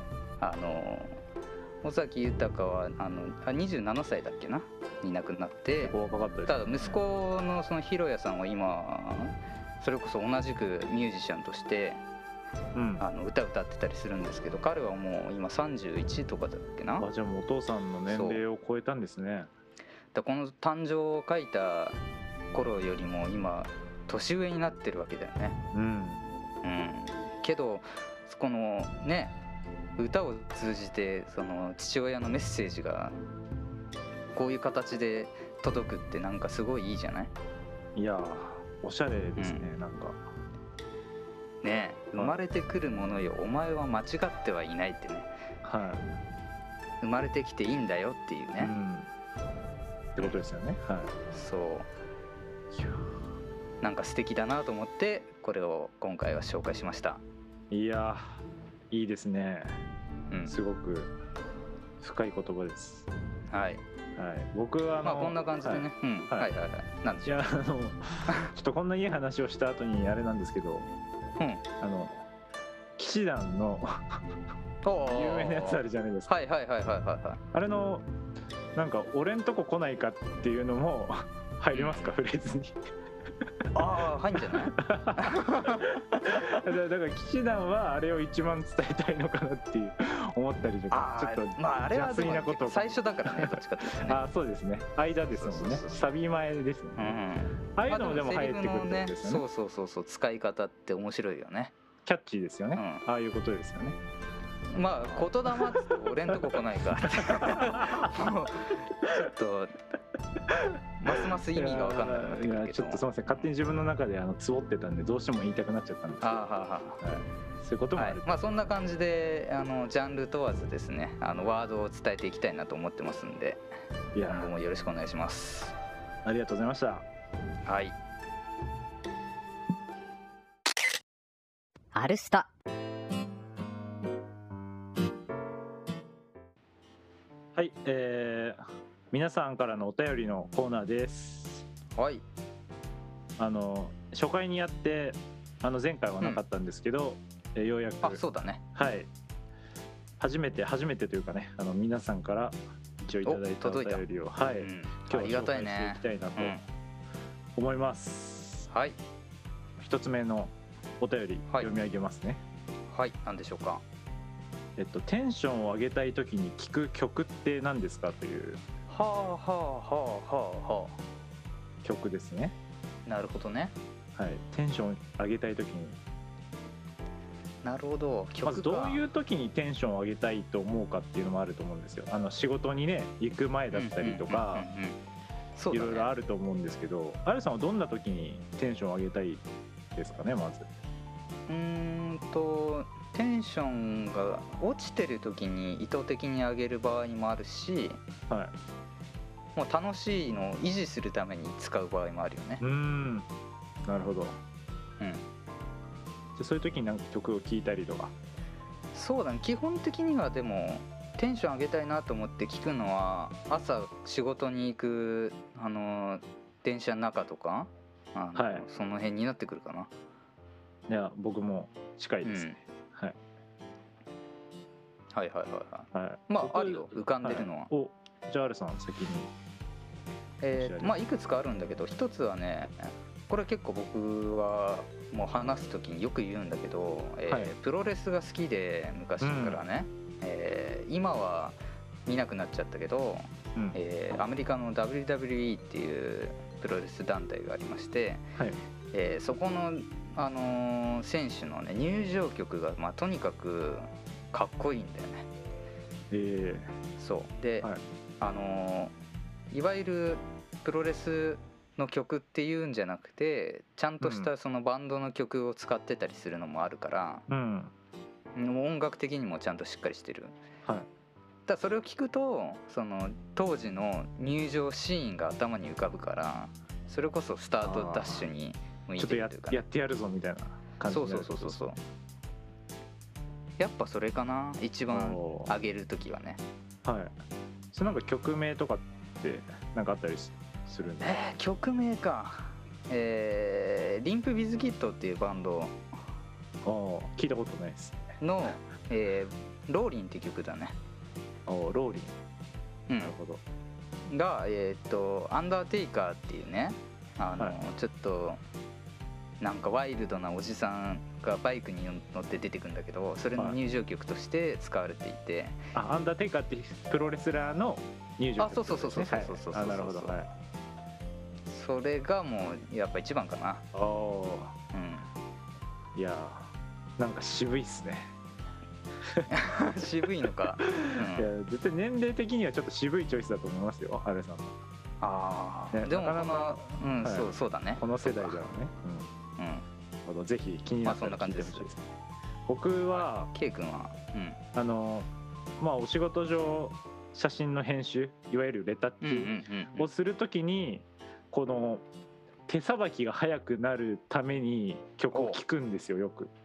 尾崎豊は27歳だっけなに亡くなって、ただ息子のその裕也さんは今それこそ同じくミュージシャンとして、歌ってたりするんですけど、彼はもう今31とかだっけな。 じゃあもうお父さんの年齢を超えたんですね。 この誕生を書いた頃よりも今年上になってるわけだよね。けどこのね歌を通じてその父親のメッセージがこういう形で届くってなんかすごいいいじゃない。 いやおしゃれですね。なんかね、生まれてくるものよ、お前は間違ってはいないってね、生まれてきていいんだよっていうね、 ってことですよね。 そうなんか素敵だなと思ってこれを今回は紹介しました。 いやいいですね。すごく深い言葉です。 僕はまあこんな感じでね、はいはいはい、なんでしょう。 いやちょっとこんないい話をした後にあれなんですけど、騎士団の有名なやつあるじゃないですか。 はいはいはいはいはい。 あれのなんか俺んとこ来ないかっていうのも入りますか、フレーズに。 ああ、入んじゃない。 だから騎士団はあれを一番伝えたいのかなっていう思ったりとか、ちょっとまああれはでも最初だからね、どっちかというとね。 そうですね、間ですもんね、サビ前ですね。ああいうのもでも入ってくるってことですよね。 そう使い方って面白いよね。 キャッチーですよね、ああいうことですよね。 まあ言霊っつって俺んとこ来ないかってもうちょっとますます意味が分かんなくなってくるけど、 ちょっとすみません、勝手に自分の中でつぼってたんでどうしても言いたくなっちゃったんですけど、そういうこともある、 まあそんな感じでジャンル問わずですね、ワードを伝えていきたいなと思ってますんで、今後もよろしくお願いします。 ありがとうございました。 はい。 アルスタ。 はい、皆さんからのお便りのコーナーです。 はい。 初回にやって前回はなかったんですけど、ようやくそうだね。 はい。初めてというかね、皆さんから一応いただいたお便りを、はい、今日は紹介していきたいなと思います。 はい。 一つ目のお便り読み上げますね。 はい。何でしょうか。 テンションを上げたい時に聴く曲って何ですかという曲ですね。 なるほどね。 はい。テンション上げたい時に、 なるほど。 まずどういう時にテンションを上げたいと思うかっていうのもあると思うんですよ。仕事にね行く前だったりとかいろいろあると思うんですけど、あるさんはどんな時にテンションを上げたいですかね。まずテンションが落ちてる時に意図的に上げる場合もあるし、 はい、 もう楽しいのを維持するために使う場合もあるよね。 なるほど。じゃあそういう時になんか曲を聴いたりとか。 そうだね、基本的にはでもテンション上げたいなと思って聴くのは朝仕事に行く電車の中とかその辺になってくるかな。 いや僕も近いですね。 はいはいはいはい。まああるよ、浮かんでるのは。 じゃああるさん先に。 まあいくつかあるんだけど、一つはね、これ結構僕はもう話す時によく言うんだけど、プロレスが好きで昔からね、今は見なくなっちゃったけど、アメリカの WWE っていうプロレス団体がありまして、そこの選手のね入場曲がとにかくかっこいいんだよね。そうで、いわゆるプロレスの曲っていうんじゃなくて、ちゃんとしたそのバンドの曲を使ってたりするのもあるから、音楽的にもちゃんとしっかりしてる。だそれを聞くとその当時の入場シーンが頭に浮かぶから、それこそスタートダッシュに向いてるというか、 ちょっとやってやるぞみたいな感じになる。 そうやっぱそれかな、一番上げるときはね。 それなんか曲名とかってなんかあったりするんですか？ 曲名か。リンプビズキットっていうバンド聞いたことないですの、ローリンっていう曲だね。 ローリン、なるほど。 がアンダーテイカーっていうね、ちょっとなんかワイルドなおじさんがバイクに乗って出てくるんだけど、それの入場曲として使われていて、 アンダーテイカーってプロレスラーの入場曲。 そうなるほど。 それがもうやっぱ一番かな。 いやなんか渋いっすね。 渋いのか。 いや絶対年齢的にはちょっと渋いチョイスだと思いますよ、アレさん。 でもなかなかそうだね。 この世代ではね。ぜひ気になったら聞いてほしいです。僕は K 君はお仕事上写真の編集、いわゆるレタッチをするときにこの手さばきが早くなるために曲を聴くんですよ、よく。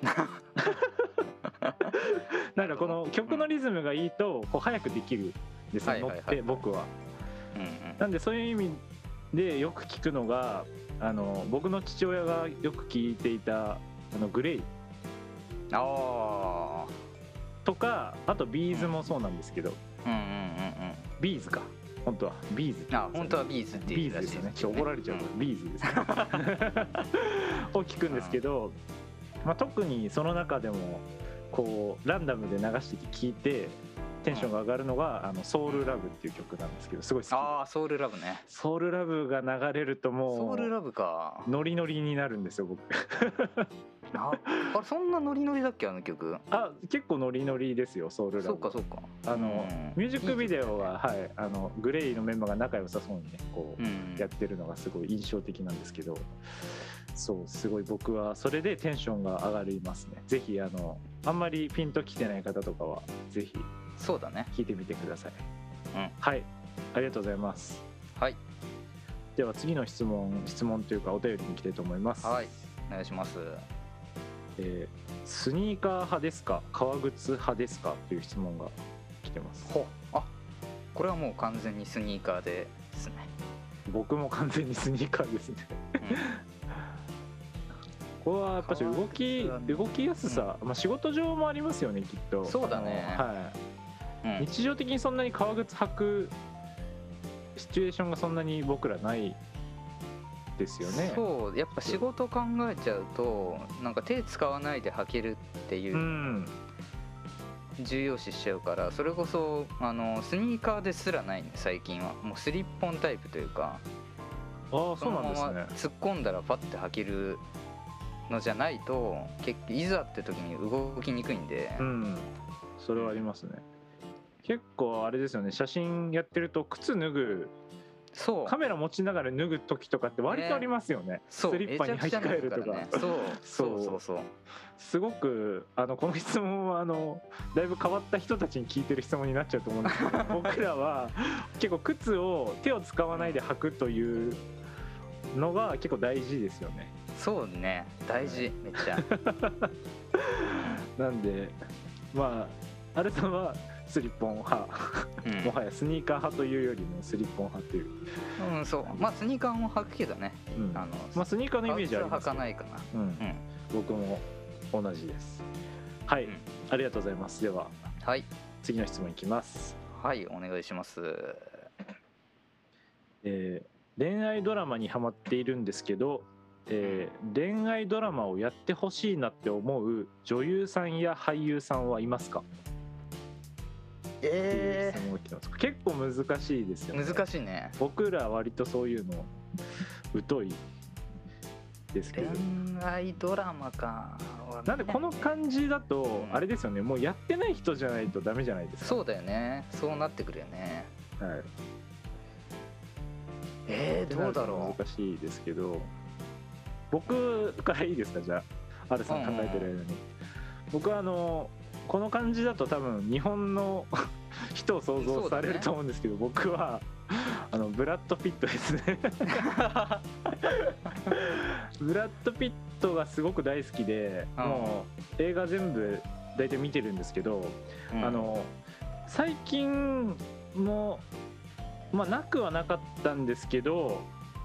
なんかこの曲のリズムがいいとこう早くできるですよ、乗って僕は。なんでそういう意味でよく聞くのが僕の父親がよく聞いていたグレイとか、あとビーズもそうなんですけど、ビーズか本当はビーズ、 本当はビーズっていうらしいですね。ちょっと怒られちゃうからビーズですねを聞くんですけど、特にその中でもこうランダムで流して聞いてテンションが上がるのがソウルラブっていう曲なんですけど、すごい好き。 ソウルラブね。 ソウルラブが流れるともうソウルラブかノリノリになるんですよ僕あれそんなノリノリだっけあの曲。 結構ノリノリですよソウルラブ。 そうかそうか。 ミュージックビデオはグレイのメンバーが仲良さそうにねこうやってるのがすごい印象的なんですけど、そうすごい僕はそれでテンションが上がりますね。ぜひあんまりピンときてない方とかはぜひそうだね聞いてみてください。はい、ありがとうございます。 はい、 では次の質問というかお便りに行きたいと思います。 はい、お願いします。 スニーカー派ですか革靴派ですかという質問が来てます。 これはもう完全にスニーカーですね。 僕も完全にスニーカーですねこれはやっぱり動きやすさ、仕事上もありますよねきっと。 そうだね。 日常的にそんなに革靴履くシチュエーションがそんなに僕らないですよね。 そうやっぱ仕事考えちゃうとなんか手使わないで履けるっていう重要視しちゃうから、それこそスニーカーですらないね最近は。もうスリッポンタイプというか、 そうなんですね。 そのまま突っ込んだらパッて履けるのじゃないといざって時に動きにくいんで、 それはありますね。結構あれですよね、写真やってると靴脱ぐ、カメラ持ちながら脱ぐ時とかって割とありますよね。スリッパに履き替えるとか。そうすごくこの質問はだいぶ変わった人たちに聞いてる質問になっちゃうと思うんですけど僕らは結構靴を手を使わないで履くというのが結構大事ですよね。 そうね、大事、めっちゃなんでアルさんはスリッポン派、もはやスニーカー派というよりもスリッポン派という。 そうスニーカーも履くけどね、 スニーカーのイメージありますけど履かないかな。 僕も同じです。はい、ありがとうございます。では、次の質問いきます。 はい、お願いします。 恋愛ドラマにハマっているんですけど、恋愛ドラマをやってほしいなって思う女優さんや俳優さんはいますか？結構難しいですよね。 難しいね。 僕ら割とそういうの疎いですけど。 恋愛ドラマか。 なんでこの感じだとあれですよね、もうやってない人じゃないとダメじゃないですか。 そうだよね、そうなってくるよね。どうだろう。 難しいですけど、僕からいいですか？じゃあアルさん考えてる間に。僕はこの感じだと多分日本の人を想像されると思うんですけど、僕はブラッド・ピットですねブラッド・ピットがすごく大好きで、もう映画全部大体見てるんですけど、最近もなくはなかったんですけど、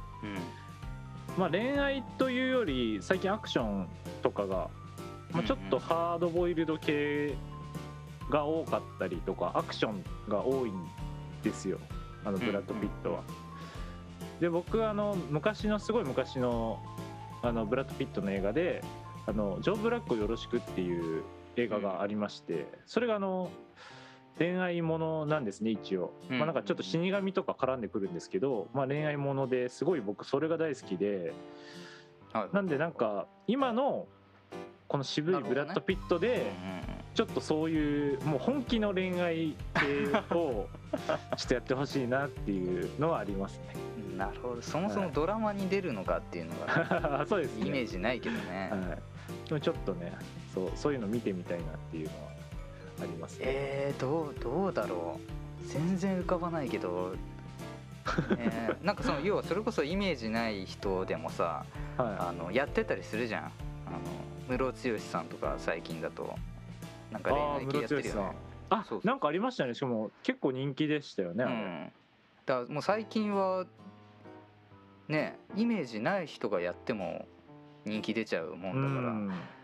恋愛というより最近アクションとかがちょっとハードボイルド系が多かったりとか、アクションが多いんですよ、ブラッド・ピットは。で僕すごい昔のブラッド・ピットの映画でジョー・ブラックをよろしくっていう映画がありまして、それが恋愛ものなんですね一応。なんかちょっと死神とか絡んでくるんですけど、恋愛ものですごい僕それが大好きで、なんでなんか今のこの渋いブラッド・ピットでちょっとそういうもう本気の恋愛系をちょっとやってほしいなっていうのはありますね。 なるほど。そもそもドラマに出るのかっていうのがそうですね、 イメージないけどね。 でもちょっとね、そういうの見てみたいなっていうのはありますね。 どうだろう。全然浮かばないけどなんか要はそれこそイメージない人でもさ、やってたりするじゃん。ムロツヨシさんとか最近だとなんか恋愛系やってるよね。 あ、そうなんかありましたね。しかも結構人気でしたよね、 だからもう最近はねイメージない人がやっても人気出ちゃうもんだから、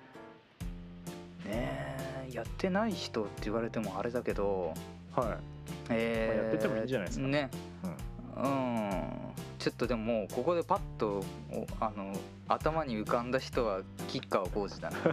ねやってない人って言われてもあれだけど、 やっててもいいんじゃないですかね。 ちょっとでももうここでパッと頭に浮かんだ人は吉川晃司だね。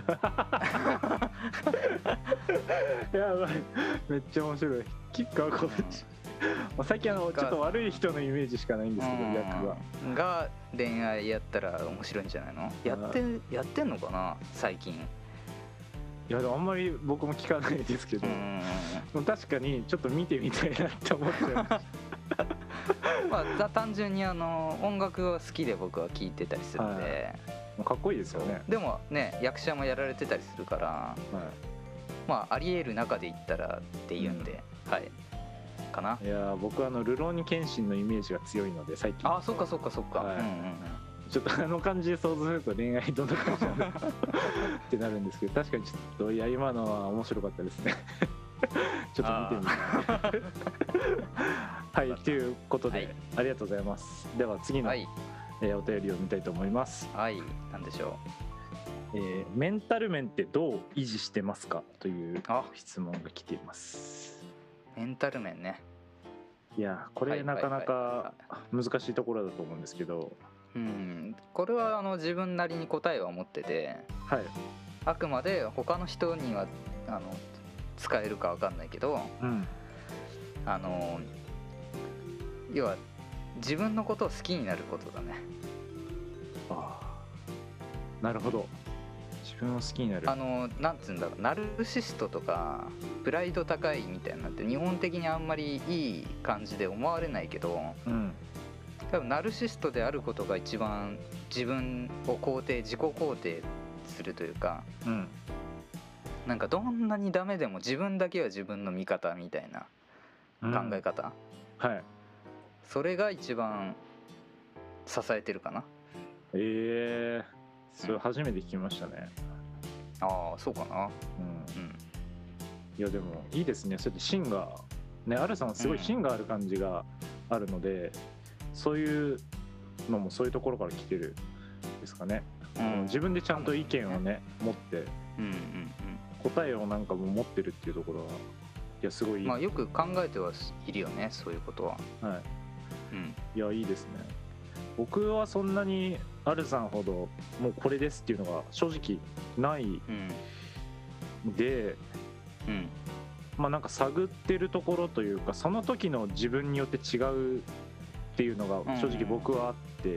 やばい、めっちゃ面白い。吉川晃司最近ちょっと悪い人のイメージしかないんですけど、役が恋愛やったら面白いんじゃないの？やってんのかな最近。 いやあんまり僕も聞かないですけど、確かにちょっと見てみたいなって思っちゃいました。 まあ、単純に音楽が好きで僕は聴いてたりするんで、 かっこいいですよね。 でもね役者もやられてたりするから、まあありえる中で言ったらっていうんで、かな。 いや僕はルローニケンシンのイメージが強いので最近。 あ、そっか、ちょっと感じで想像すると恋愛どんな感じなのってなるんですけど、確かにちょっと今のは面白かったですね。ちょっと見てみたい。はい、ということで、ありがとうございます。では次の、お便りを見たいと思います。 なんでしょう。メンタル面ってどう維持してますかという質問が来ています。 メンタル面ね。 いやこれなかなか難しいところだと思うんですけど、 これは自分なりに答えは持ってて、あくまで他の人には使えるか分かんないけど、要は自分のことを好きになることだね。 なるほど。自分を好きになる。 なんつうんだろう、ナルシストとかプライド高いみたいなって日本的にあんまりいい感じで思われないけど、多分ナルシストであることが一番自分を自己肯定するというか、なんかどんなにダメでも自分だけは自分の味方みたいな考え方、それが一番支えてるかな。 それ初めて聞きましたね。 そうかな。 いやでもいいですね。そうやって芯がね、アルさんはすごい芯がある感じがあるので、そういうのもそういうところから来てるんですかね。自分でちゃんと意見をね持って、答えをなんかも持ってるっていうところは、いやすごいいい。 よく考えてはいるよね、そういうことは。 いやいいですね。僕はそんなにアルさんほどもうこれですっていうのが正直ないで、なんか探ってるところというか、その時の自分によって違うっていうのが正直僕はあって、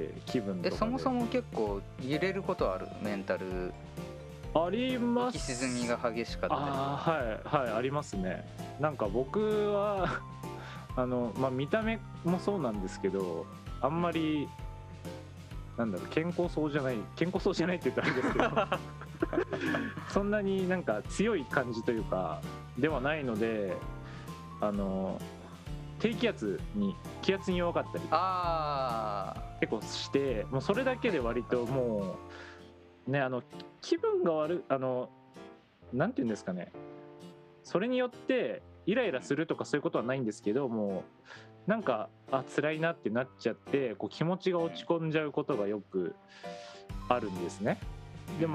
気分とかで。 そもそも結構揺れることある？メンタルあります。 浮き沈みが激しかったり。 ありますね。なんか僕は見た目もそうなんですけど、あんまり健康そうじゃないって言ったらあれですけどそんなになんか強い感じというかではないので、低気圧に弱かったり結構して、もうそれだけで割ともうね、気分が悪い、なんていうんですかね、それによってイライラするとかそういうことはないんですけども、なんか辛いなってなっちゃって、気持ちが落ち込んじゃうことがよくあるんですね。で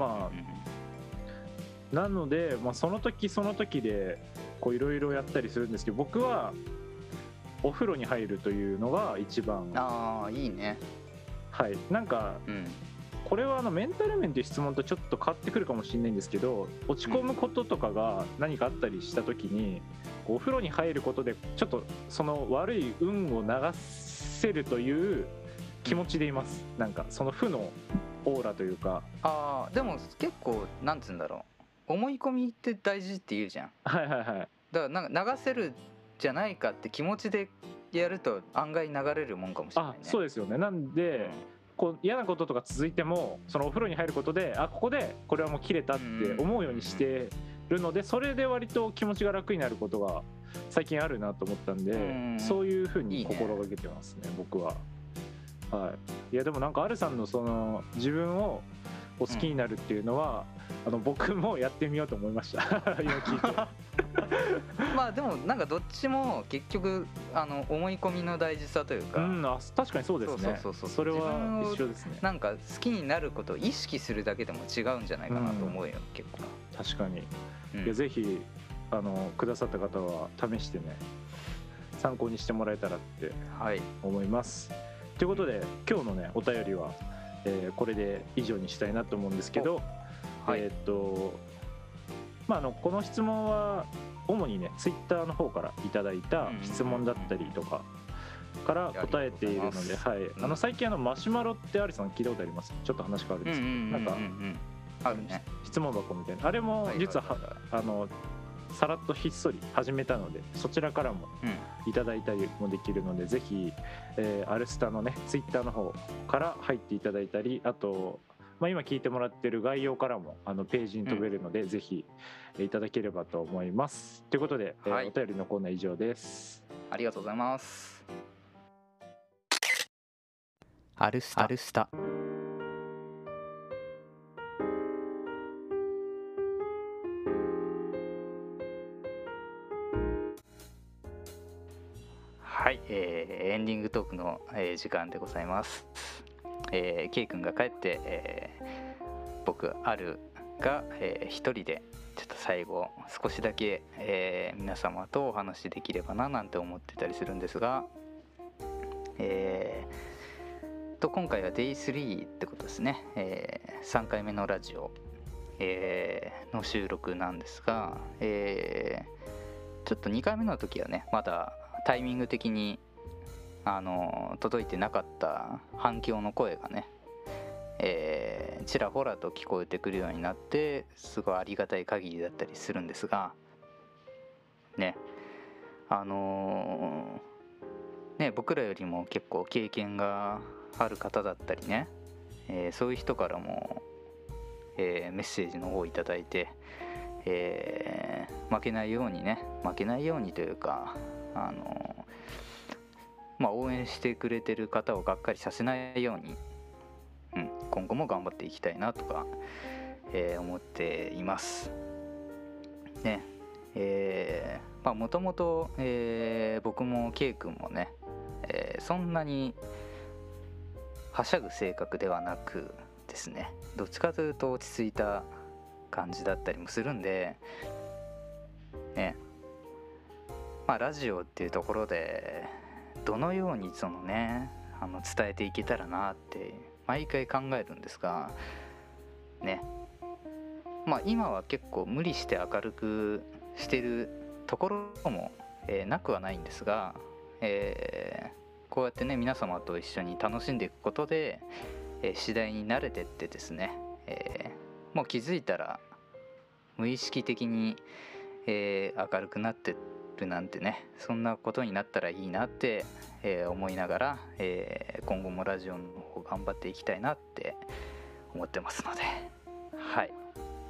なので、その時その時でいろいろやったりするんですけど、僕はお風呂に入るというのが一番。 いいね。 なんか、これはメンタル面という質問とちょっと変わってくるかもしれないんですけど、落ち込むこととかが何かあったりした時に、お風呂に入ることでちょっとその悪い運を流せるという気持ちでいます。なんかその負のオーラというか。 でも結構なんつうんだろう、思い込みって大事って言うじゃん。だからなんか流せるじゃないかって気持ちでやると案外流れるもんかもしれないね。 そうですよね。なんで、嫌なこととか続いても、そのお風呂に入ることでここでこれはもう切れたって思うようにしてるので、それで割と気持ちが楽になることが最近あるなと思ったんで、そういう風に心がけてますね、僕は。いやでもなんかアルさんのその自分を好きになるっていうのは、僕もやってみようと思いました今聞いてまあでもなんかどっちも結局思い込みの大事さというか、 確かにそうですね。それは一緒ですね。 なんか好きになることを意識するだけでも違うんじゃないかなと思うよ、結構。 確かに、いやぜひくださった方は試してね、参考にしてもらえたらって思います。ということで今日のねお便りは、これで以上にしたいなと思うんですけど、この質問は主にねツイッターの方からいただいた質問だったりとかから答えているので、最近マシュマロってアリさん聞いたことあります？ちょっと話変わるんですけど、なんかあるね、 質問箱みたいな、あれも実はさらっとひっそり始めたので、そちらからもいただいたりもできるので、ぜひアルスタのねツイッターの方から入っていただいたり、あと今聞いてもらってる概要からもページに飛べるので、ぜひいただければと思います。ということで、お便りのコーナー以上です。 ありがとうございます。アルスタ。はい、エンディングトークの、時間でございます。ケイ君が帰って、僕あるが、一人でちょっと最後少しだけ、皆様とお話しできればななんて思ってたりするんですが、今回は Day3 ってことですね、3回目のラジオ、の収録なんですが、ちょっと2回目の時はねまだタイミング的に届いてなかった反響の声がね、ちらほらと聞こえてくるようになって、すごいありがたい限りだったりするんですがね、僕らよりも結構経験がある方だったりね、そういう人からも、メッセージの方をいただいて、負けないようにというか応援してくれてる方をがっかりさせないように、今後も頑張っていきたいなとか、思っていますね。もともと僕も K 君もね、そんなにはしゃぐ性格ではなくですね、どっちかというと落ち着いた感じだったりもするんでね、ラジオっていうところでどのようにそのね伝えていけたらなって毎回考えるんですがね、今は結構無理して明るくしてるところも、なくはないんですが、こうやってね皆様と一緒に楽しんでいくことで、次第に慣れてってですね、もう気づいたら無意識的に、明るくなってるなんてね、そんなことになったらいいなって、思いながら、今後もラジオの方頑張っていきたいなって思ってますので、はい、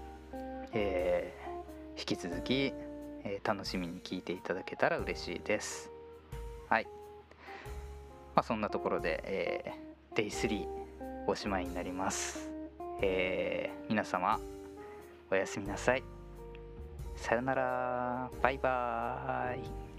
引き続き、楽しみに聞いていただけたら嬉しいです。はい、そんなところで、Day3 おしまいになります。皆様おやすみなさい。さよなら。バイバーイ。